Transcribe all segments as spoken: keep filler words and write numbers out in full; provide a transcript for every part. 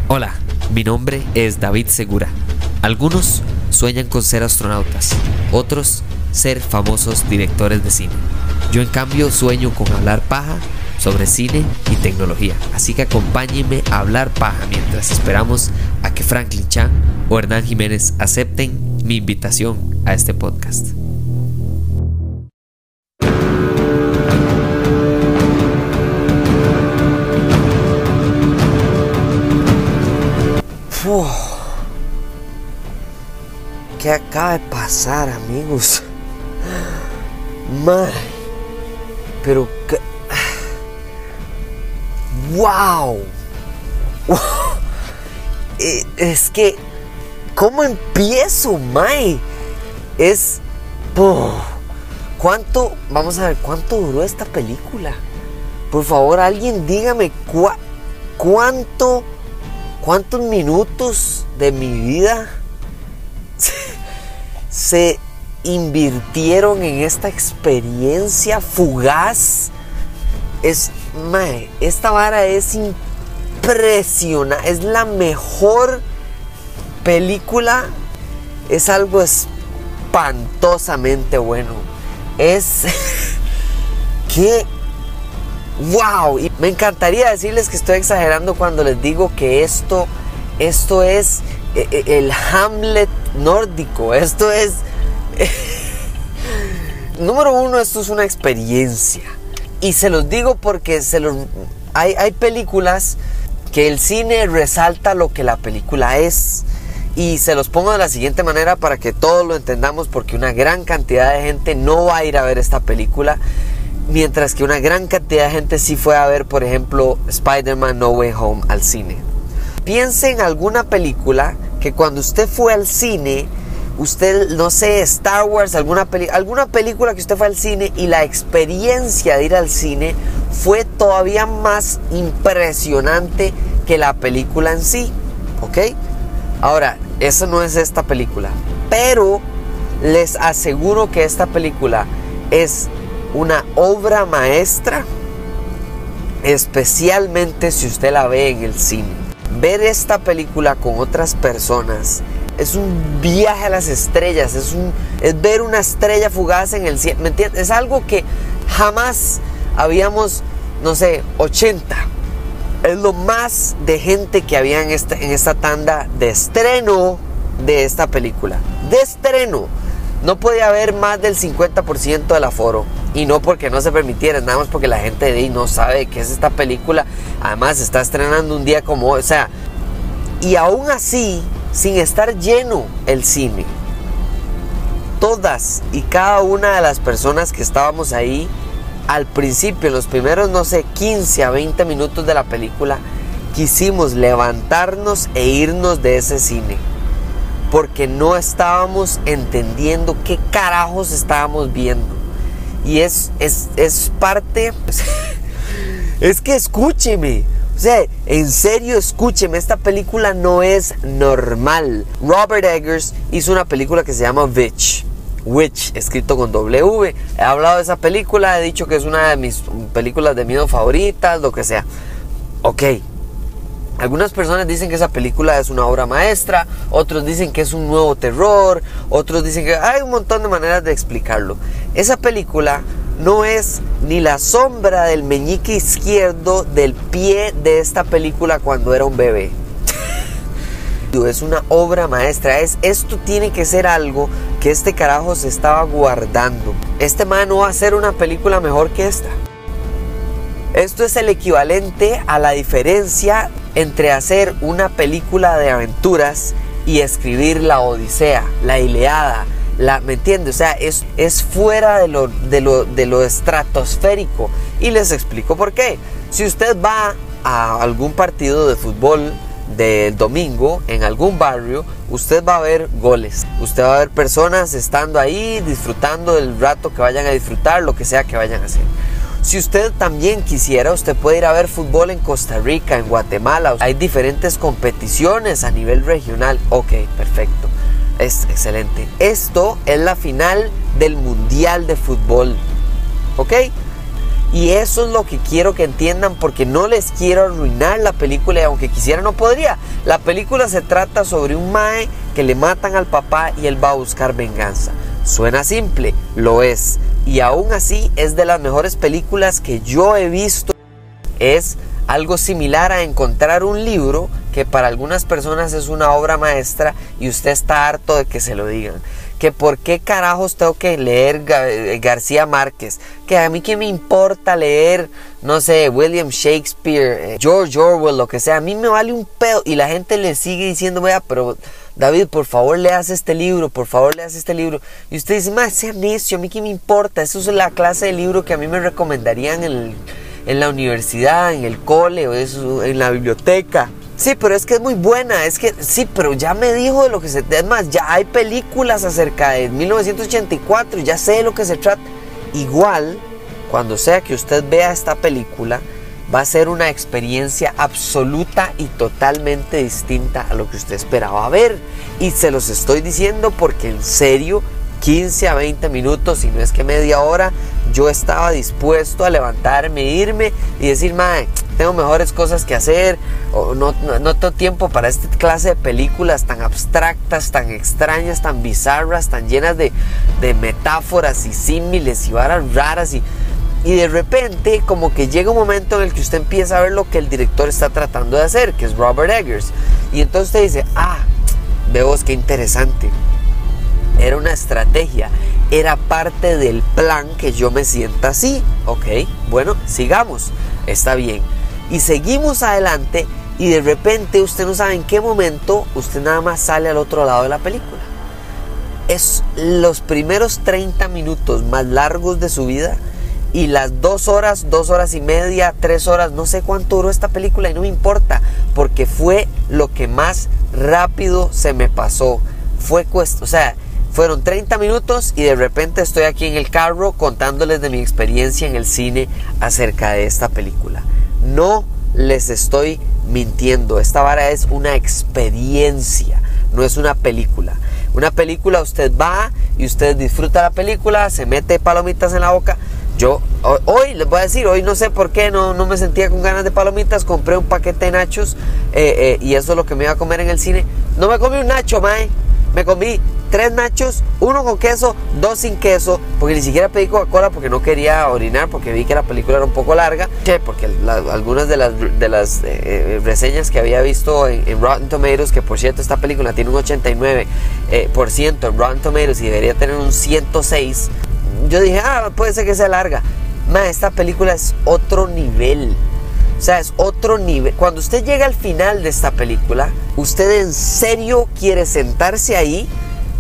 Hola, mi nombre es David Segura. Algunos sueñan con ser astronautas, otros ser famosos directores de cine. Yo en cambio sueño con hablar paja sobre cine y tecnología. Así que acompáñenme a hablar paja mientras esperamos a que Franklin Chan o Hernán Jiménez acepten mi invitación a este podcast. Uf. ¿Qué acaba de pasar, amigos? Man, pero que... ¡Wow! ¡Wow! Es que... ¿Cómo empiezo, Mae? Es... ¡Puf! ¿Cuánto... Vamos a ver, ¿cuánto duró esta película? Por favor, alguien dígame cu- ¿Cuánto... ¿Cuántos minutos de mi vida se, se invirtieron en esta experiencia fugaz? Es, mae, esta vara es impresionante. Es la mejor película. Es algo espantosamente bueno. Es... ¡Qué... ¡Wow! Y me encantaría decirles que estoy exagerando cuando les digo que esto, esto es el Hamlet nórdico. Esto es... Número uno, esto es una experiencia. Y se los digo porque se los, hay, hay películas que el cine resalta lo que la película es. Y se los pongo de la siguiente manera para que todos lo entendamos, porque una gran cantidad de gente no va a ir a ver esta película, mientras que una gran cantidad de gente sí fue a ver, por ejemplo, Spider-Man No Way Home al cine. Piense en alguna película que cuando usted fue al cine, usted, no sé, Star Wars, alguna, peli- alguna película que usted fue al cine y la experiencia de ir al cine fue todavía más impresionante que la película en sí, ¿ok? Ahora, eso no es esta película, pero les aseguro que esta película es una obra maestra, especialmente si usted la ve en el cine. Ver esta película con otras personas es un viaje a las estrellas, es, un, es ver una estrella fugaz en el cielo, ¿me entiendes? Es algo que jamás habíamos, no sé, ochenta. Es lo más de gente que había en esta, en esta tanda de estreno de esta película. De estreno. No podía haber más del cincuenta por ciento del aforo. Y no porque no se permitiera, nada más porque la gente de ahí no sabe qué es esta película. Además, se está estrenando un día como hoy. O sea, y aún así, sin estar lleno el cine, todas y cada una de las personas que estábamos ahí, al principio, en los primeros, no sé, quince a veinte minutos de la película, quisimos levantarnos e irnos de ese cine. Porque no estábamos entendiendo qué carajos estábamos viendo. Y es, es, es parte... Es que escúcheme. O sea, en serio, escúcheme. Esta película no es normal. Robert Eggers hizo una película que se llama Witch. Witch, escrito con W. He hablado de esa película. He dicho que es una de mis películas de miedo favoritas. Lo que sea. Ok. Algunas personas dicen que esa película es una obra maestra, otros dicen que es un nuevo terror, otros dicen que hay un montón de maneras de explicarlo. Esa película no es ni la sombra del meñique izquierdo del pie de esta película cuando era un bebé. Es una obra maestra. Es, esto tiene que ser algo que este carajo se estaba guardando. Este man no va a hacer una película mejor que esta. Esto es el equivalente a la diferencia entre hacer una película de aventuras y escribir la Odisea, la Ilíada, la, ¿me entiendes? O sea, es, es fuera de lo, de, lo, de lo estratosférico. Y les explico por qué. Si usted va a algún partido de fútbol del domingo en algún barrio, usted va a ver goles, usted va a ver personas estando ahí disfrutando del rato que vayan a disfrutar, lo que sea que vayan a hacer. Si usted también quisiera, usted puede ir a ver fútbol en Costa Rica, en Guatemala. Hay diferentes competiciones a nivel regional. Ok, perfecto. Es excelente. Esto es la final del Mundial de Fútbol. ¿Ok? Y eso es lo que quiero que entiendan, porque no les quiero arruinar la película y aunque quisiera no podría. La película se trata sobre un mae que le matan al papá y él va a buscar venganza. Suena simple, lo es. Y aún así es de las mejores películas que yo he visto. Es algo similar a encontrar un libro que para algunas personas es una obra maestra y usted está harto de que se lo digan. Que por qué carajos tengo que leer Gar- García Márquez, que a mí qué me importa leer, no sé, William Shakespeare, eh, George Orwell, lo que sea, a mí me vale un pedo. Y la gente le sigue diciendo, vea, pero David, por favor leas este libro, por favor leas este libro. Y usted dice, más sea necio, a mí qué me importa, eso es la clase de libro que a mí me recomendarían en, el, en la universidad, en el cole, o eso, en la biblioteca. Sí, pero es que es muy buena, es que sí, pero ya me dijo de lo que se... Es más, ya hay películas acerca de mil novecientos ochenta y cuatro, ya sé de lo que se trata. Igual, cuando sea que usted vea esta película, va a ser una experiencia absoluta y totalmente distinta a lo que usted esperaba ver. Y se los estoy diciendo porque en serio, quince a veinte minutos, si no es que media hora, yo estaba dispuesto a levantarme, irme y decir, mae, tengo mejores cosas que hacer, o no, no, no tengo tiempo para esta clase de películas tan abstractas, tan extrañas, tan bizarras, tan llenas de, de metáforas y símiles y varas raras. Y, y de repente como que llega un momento en el que usted empieza a ver lo que el director está tratando de hacer, que es Robert Eggers. Y entonces usted dice, ah, veo, qué interesante. Era una estrategia, era parte del plan que yo me sienta así. Ok, bueno, sigamos, está bien. Y seguimos adelante y de repente usted no sabe en qué momento usted nada más sale al otro lado de la película. Es los primeros treinta minutos más largos de su vida y las dos horas, dos horas y media, tres horas, no sé cuánto duró esta película y no me importa, porque fue lo que más rápido se me pasó. Fue cuesta, o sea, fueron treinta minutos y de repente estoy aquí en el carro contándoles de mi experiencia en el cine acerca de esta película. No les estoy mintiendo, esta vara es una experiencia, no es una película. Una película, usted va y usted disfruta la película, se mete palomitas en la boca. Yo hoy, hoy les voy a decir, hoy no sé por qué no, no me sentía con ganas de palomitas, compré un paquete de nachos eh, eh, y eso es lo que me iba a comer en el cine. No me comí un nacho, mae, me comí tres nachos, uno con queso, dos sin queso, porque ni siquiera pedí Coca-Cola porque no quería orinar, porque vi que la película era un poco larga, porque la, algunas de las, de las eh, reseñas que había visto en, en Rotten Tomatoes, que por cierto esta película tiene un ochenta y nueve por ciento en Rotten Tomatoes y debería tener un ciento seis, yo dije, ah, puede ser que sea larga. Ma, esta película es otro nivel. O sea, es otro nivel. Cuando usted llega al final de esta película, usted en serio quiere sentarse ahí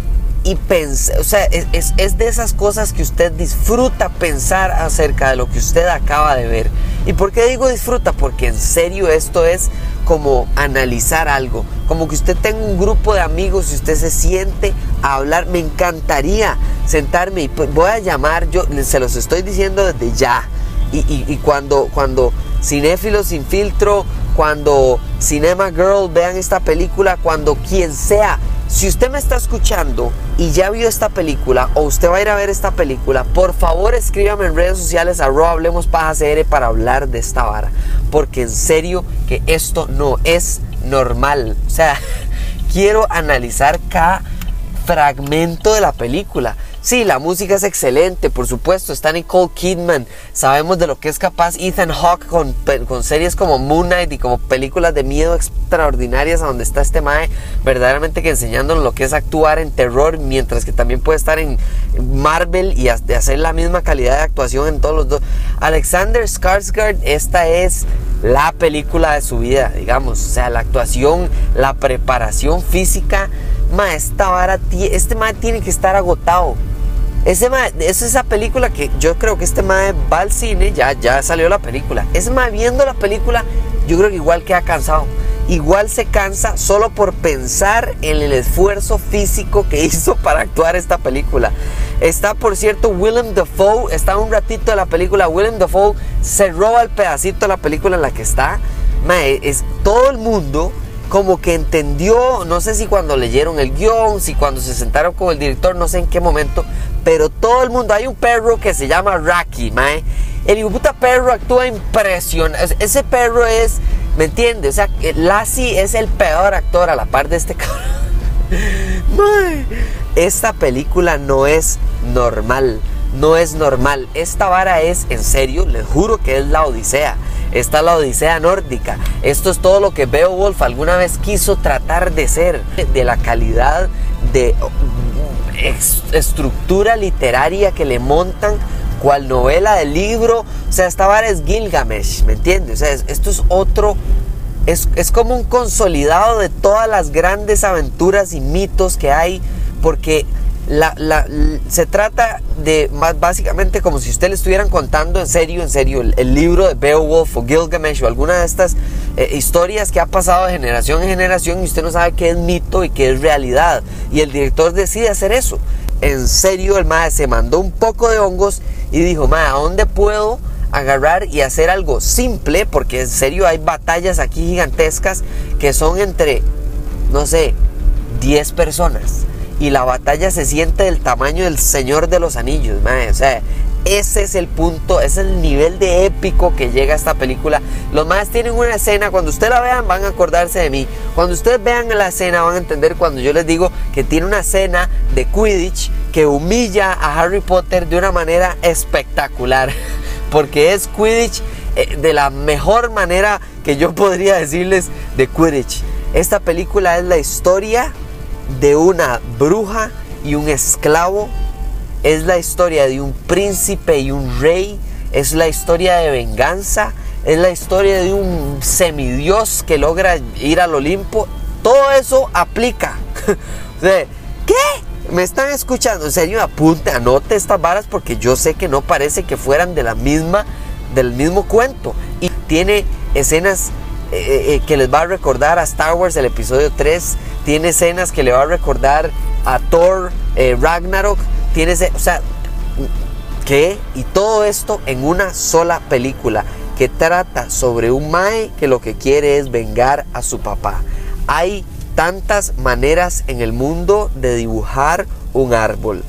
y pensar. O sea, es, es, es de esas cosas que usted disfruta pensar acerca de lo que usted acaba de ver. ¿Y por qué digo disfruta? Porque en serio esto es como analizar algo. Como que usted tenga un grupo de amigos y usted se siente a hablar. Me encantaría sentarme y pues voy a llamar, yo se los estoy diciendo desde ya. Y, y, y cuando, cuando Cinéfilos Sin Filtro, cuando Cinema Girl vean esta película, cuando quien sea, si usted me está escuchando y ya vio esta película o usted va a ir a ver esta película, por favor escríbame en redes sociales arroba hablemos paja C R para hablar de esta vara, porque en serio que esto no es normal. O sea, quiero analizar cada fragmento de la película. Sí, la música es excelente, por supuesto, está Nicole Kidman, sabemos de lo que es capaz Ethan Hawke con, con series como Moon Knight y como películas de miedo extraordinarias, a donde está este mae verdaderamente que enseñándonos lo que es actuar en terror, mientras que también puede estar en Marvel y de hacer la misma calidad de actuación en todos los dos. Alexander Skarsgård, esta es la película de su vida, digamos, o sea, la actuación, la preparación física, ma, esta vara, este mae tiene que estar agotado. Ese mae, es esa película que yo creo que este mae va al cine, ya, ya salió la película. Ese mae viendo la película, yo creo que igual queda cansado. Igual se cansa solo por pensar en el esfuerzo físico que hizo para actuar esta película. Está, por cierto, Willem Dafoe, está un ratito de la película. Willem Dafoe se roba el pedacito de la película en la que está. Mae, es todo el mundo como que entendió, no sé si cuando leyeron el guión, si cuando se sentaron con el director, no sé en qué momento, pero todo el mundo, hay un perro que se llama Rocky, mae. El hijueputa perro actúa impresionante. Ese perro es, ¿me entiendes? O sea, Lassie es el peor actor a la par de este cabrón. Mae, esta película no es normal. No es normal. Esta vara es, en serio, les juro que es la Odisea. Esta es la Odisea nórdica. Esto es todo lo que Beowulf alguna vez quiso tratar de ser. De la calidad de estructura literaria que le montan, cual novela de libro. O sea, esta vara es Gilgamesh, ¿me entiendes? O sea, esto es otro... Es, es como un consolidado de todas las grandes aventuras y mitos que hay, porque... La, la, se trata de más básicamente como si usted le estuvieran contando en serio, en serio el, el libro de Beowulf o Gilgamesh o alguna de estas eh, historias que ha pasado de generación en generación y usted no sabe qué es mito y qué es realidad, y el director decide hacer eso. En serio, el mae se mandó un poco de hongos y dijo, mae, ¿a dónde puedo agarrar y hacer algo simple? Porque en serio hay batallas aquí gigantescas que son entre, no sé, diez personas. Y la batalla se siente del tamaño del Señor de los Anillos, mae. O sea, ese es el punto, ese es el nivel de épico que llega a esta película. Los más tienen una escena, cuando ustedes la vean van a acordarse de mí. Cuando ustedes vean la escena van a entender cuando yo les digo que tiene una escena de Quidditch que humilla a Harry Potter de una manera espectacular. Porque es Quidditch eh, de la mejor manera que yo podría decirles de Quidditch. Esta película es la historia de una bruja y un esclavo, es la historia de un príncipe y un rey, es la historia de venganza, es la historia de un semidios que logra ir al Olimpo. Todo eso aplica. O sea, ¿qué? ¿Me están escuchando? En serio, apunte, anote estas varas porque yo sé que no parece que fueran de la misma, del mismo cuento. Y tiene escenas Eh, eh, que les va a recordar a Star Wars el episodio tres, tiene escenas que le va a recordar a Thor eh, Ragnarok, tiene, o sea, ¿qué? Y todo esto en una sola película que trata sobre un mae que lo que quiere es vengar a su papá. Hay tantas maneras en el mundo de dibujar un árbol,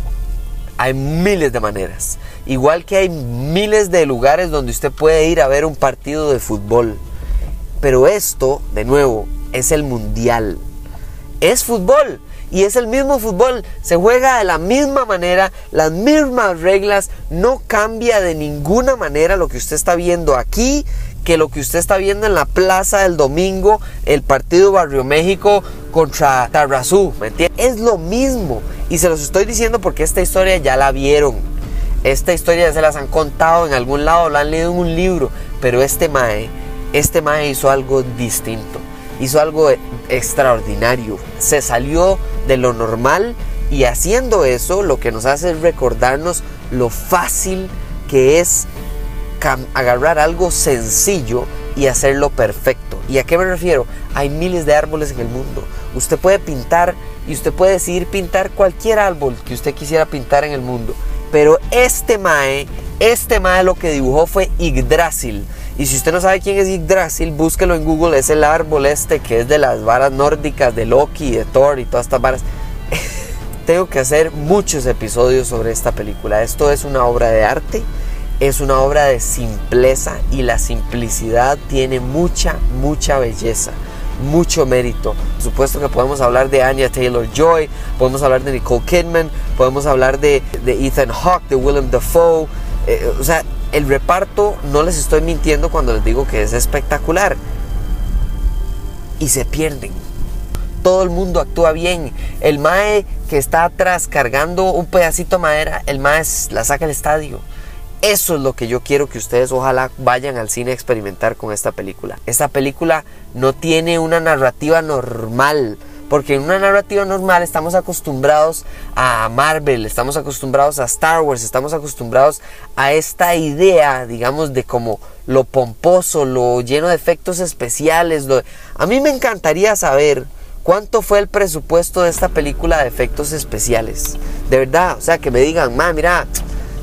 hay miles de maneras, igual que hay miles de lugares donde usted puede ir a ver un partido de fútbol. Pero esto, de nuevo, es el mundial. Es fútbol. Y es el mismo fútbol. Se juega de la misma manera, las mismas reglas. No cambia de ninguna manera lo que usted está viendo aquí que lo que usted está viendo en la plaza del domingo, el partido Barrio México contra Tarrazú, ¿me entiende? Es lo mismo. Y se los estoy diciendo porque esta historia ya la vieron. Esta historia ya se las han contado en algún lado, la han leído en un libro. Pero este mae... Este mae hizo algo distinto, hizo algo extraordinario, se salió de lo normal y haciendo eso lo que nos hace es recordarnos lo fácil que es agarrar algo sencillo y hacerlo perfecto. ¿Y a qué me refiero? Hay miles de árboles en el mundo. Usted puede pintar y usted puede decidir pintar cualquier árbol que usted quisiera pintar en el mundo. Pero este mae, este mae lo que dibujó fue Yggdrasil. Y si usted no sabe quién es Yggdrasil, búsquelo en Google. Es el árbol este que es de las varas nórdicas, de Loki, de Thor y todas estas varas. Tengo que hacer muchos episodios sobre esta película. Esto es una obra de arte, es una obra de simpleza y la simplicidad tiene mucha, mucha belleza, mucho mérito. Por supuesto que podemos hablar de Anya Taylor-Joy, podemos hablar de Nicole Kidman, podemos hablar de, de Ethan Hawke, de Willem Dafoe. Eh, o sea, el reparto, no les estoy mintiendo cuando les digo que es espectacular. Y se pierden. Todo el mundo actúa bien. El mae que está atrás cargando un pedacito de madera, el mae la saca del estadio. Eso es lo que yo quiero que ustedes ojalá vayan al cine a experimentar con esta película. Esta película no tiene una narrativa normal. Porque en una narrativa normal estamos acostumbrados a Marvel, estamos acostumbrados a Star Wars, estamos acostumbrados a esta idea, digamos, de como lo pomposo, lo lleno de efectos especiales. Lo... A mí me encantaría saber cuánto fue el presupuesto de esta película de efectos especiales. De verdad, o sea, que me digan, ma, mira,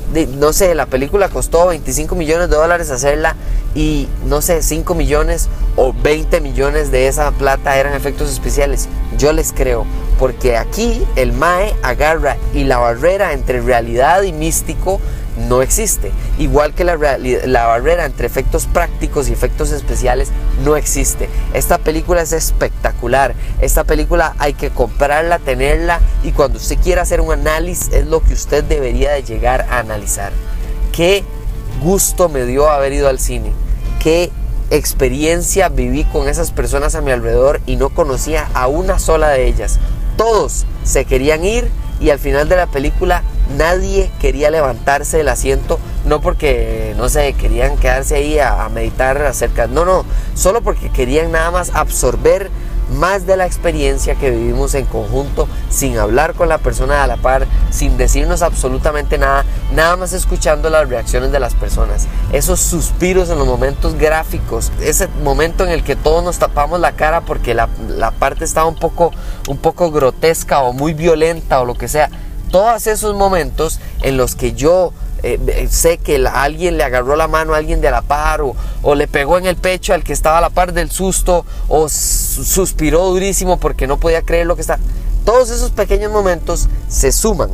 de, no sé, la película costó veinticinco millones de dólares hacerla y no sé, cinco millones o veinte millones de esa plata eran efectos especiales. Yo les creo, porque aquí el mae agarra y la barrera entre realidad y místico no existe. Igual que la, la barrera entre efectos prácticos y efectos especiales no existe. Esta película es espectacular. Esta película hay que comprarla, tenerla, y cuando usted quiera hacer un análisis es lo que usted debería de llegar a analizar. Qué gusto me dio haber ido al cine. Qué experiencia viví con esas personas a mi alrededor y no conocía a una sola de ellas. Todos se querían ir y al final de la película nadie quería levantarse del asiento, no porque, no sé, querían quedarse ahí a, a meditar acerca, no, no, solo porque querían nada más absorber más de la experiencia que vivimos en conjunto, sin hablar con la persona a la par, sin decirnos absolutamente nada, nada más escuchando las reacciones de las personas, esos suspiros en los momentos gráficos, ese momento en el que todos nos tapamos la cara porque la, la parte estaba un poco, un poco grotesca o muy violenta o lo que sea. Todos esos momentos en los que yo eh, sé que la, alguien le agarró la mano a alguien de a la par, o, o le pegó en el pecho al que estaba a la par del susto, o suspiró durísimo porque no podía creer lo que está. Todos esos pequeños momentos se suman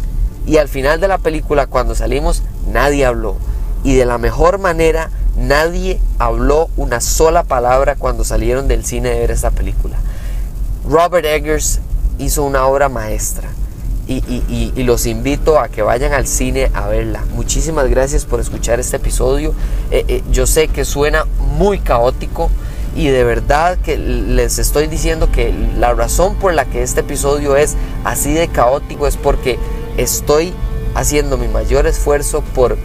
y al final de la película, cuando salimos, nadie habló, y de la mejor manera nadie habló una sola palabra cuando salieron del cine de ver esta película. Robert Eggers hizo una obra maestra. Y, y, y, y los invito a que vayan al cine a verla. Muchísimas gracias por escuchar este episodio. eh, eh, yo sé que suena muy caótico y de verdad que les estoy diciendo que la razón por la que este episodio es así de caótico es porque estoy haciendo mi mayor esfuerzo por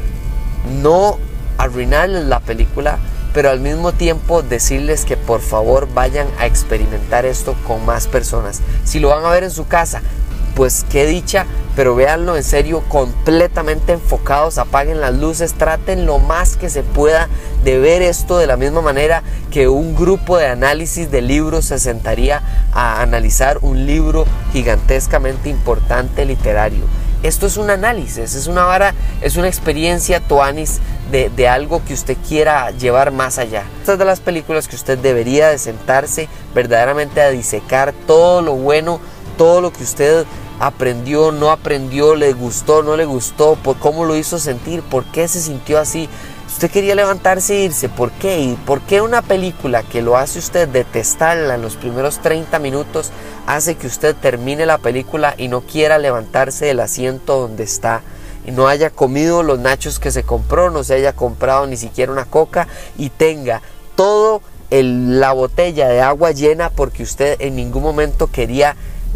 no arruinarles la película, pero al mismo tiempo decirles que por favor vayan a experimentar esto con más personas. Si lo van a ver en su casa, pues qué dicha, pero véanlo en serio, completamente enfocados, apaguen las luces, traten lo más que se pueda de ver esto de la misma manera que un grupo de análisis de libros se sentaría a analizar un libro gigantescamente importante literario. Esto es un análisis, es una vara, es una experiencia tuanis de, de algo que usted quiera llevar más allá. Estas de las películas que usted debería de sentarse verdaderamente a disecar todo lo bueno, todo lo que usted aprendió, no aprendió, le gustó, no le gustó, por cómo lo hizo sentir, por qué se sintió así. Usted quería levantarse e irse, ¿por qué? ¿Y por qué una película que lo hace usted detestarla en los primeros treinta minutos hace que usted termine la película y no quiera levantarse del asiento donde está? Y no haya comido los nachos que se compró, no se haya comprado ni siquiera una coca y tenga todo el, la botella de agua llena porque usted en ningún momento quería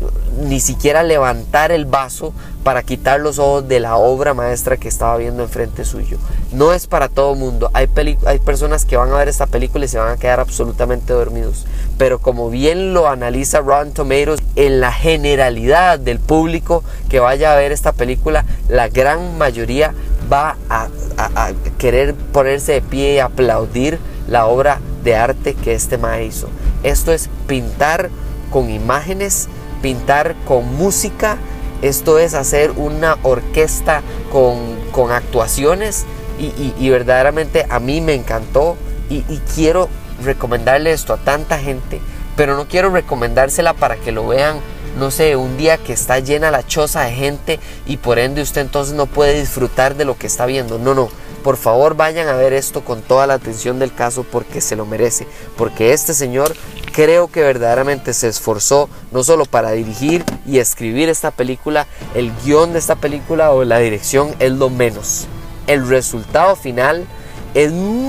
ni siquiera levantar el vaso para quitar los ojos de la obra maestra que estaba viendo enfrente suyo. No es para todo mundo. Hay, hay personas que van a ver esta película y se van a quedar absolutamente dormidos, pero como bien lo analiza Rotten Tomatoes, en la generalidad del público que vaya a ver esta película, la gran mayoría va a, a, a querer ponerse de pie y aplaudir la obra de arte que este mae hizo. Esto es pintar con imágenes, pintar con música, esto es hacer una orquesta con, con actuaciones y, y, y verdaderamente a mí me encantó y, y quiero recomendarle esto a tanta gente, pero no quiero recomendársela para que lo vean, no sé, un día que está llena la choza de gente y por ende usted entonces no puede disfrutar de lo que está viendo. No, no, por favor vayan a ver esto con toda la atención del caso porque se lo merece, porque este señor creo que verdaderamente se esforzó no solo para dirigir y escribir esta película, el guión de esta película o la dirección es lo menos. El resultado final es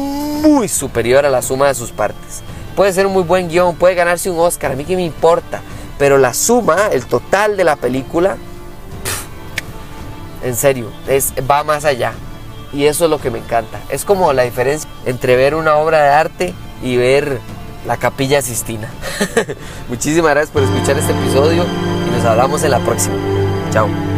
muy superior a la suma de sus partes. Puede ser un muy buen guión, puede ganarse un Oscar, a mí qué me importa, pero la suma, el total de la película, en serio, es, va más allá. Y eso es lo que me encanta. Es como la diferencia entre ver una obra de arte y ver la Capilla Sistina. Muchísimas gracias por escuchar este episodio y nos hablamos en la próxima. Chao.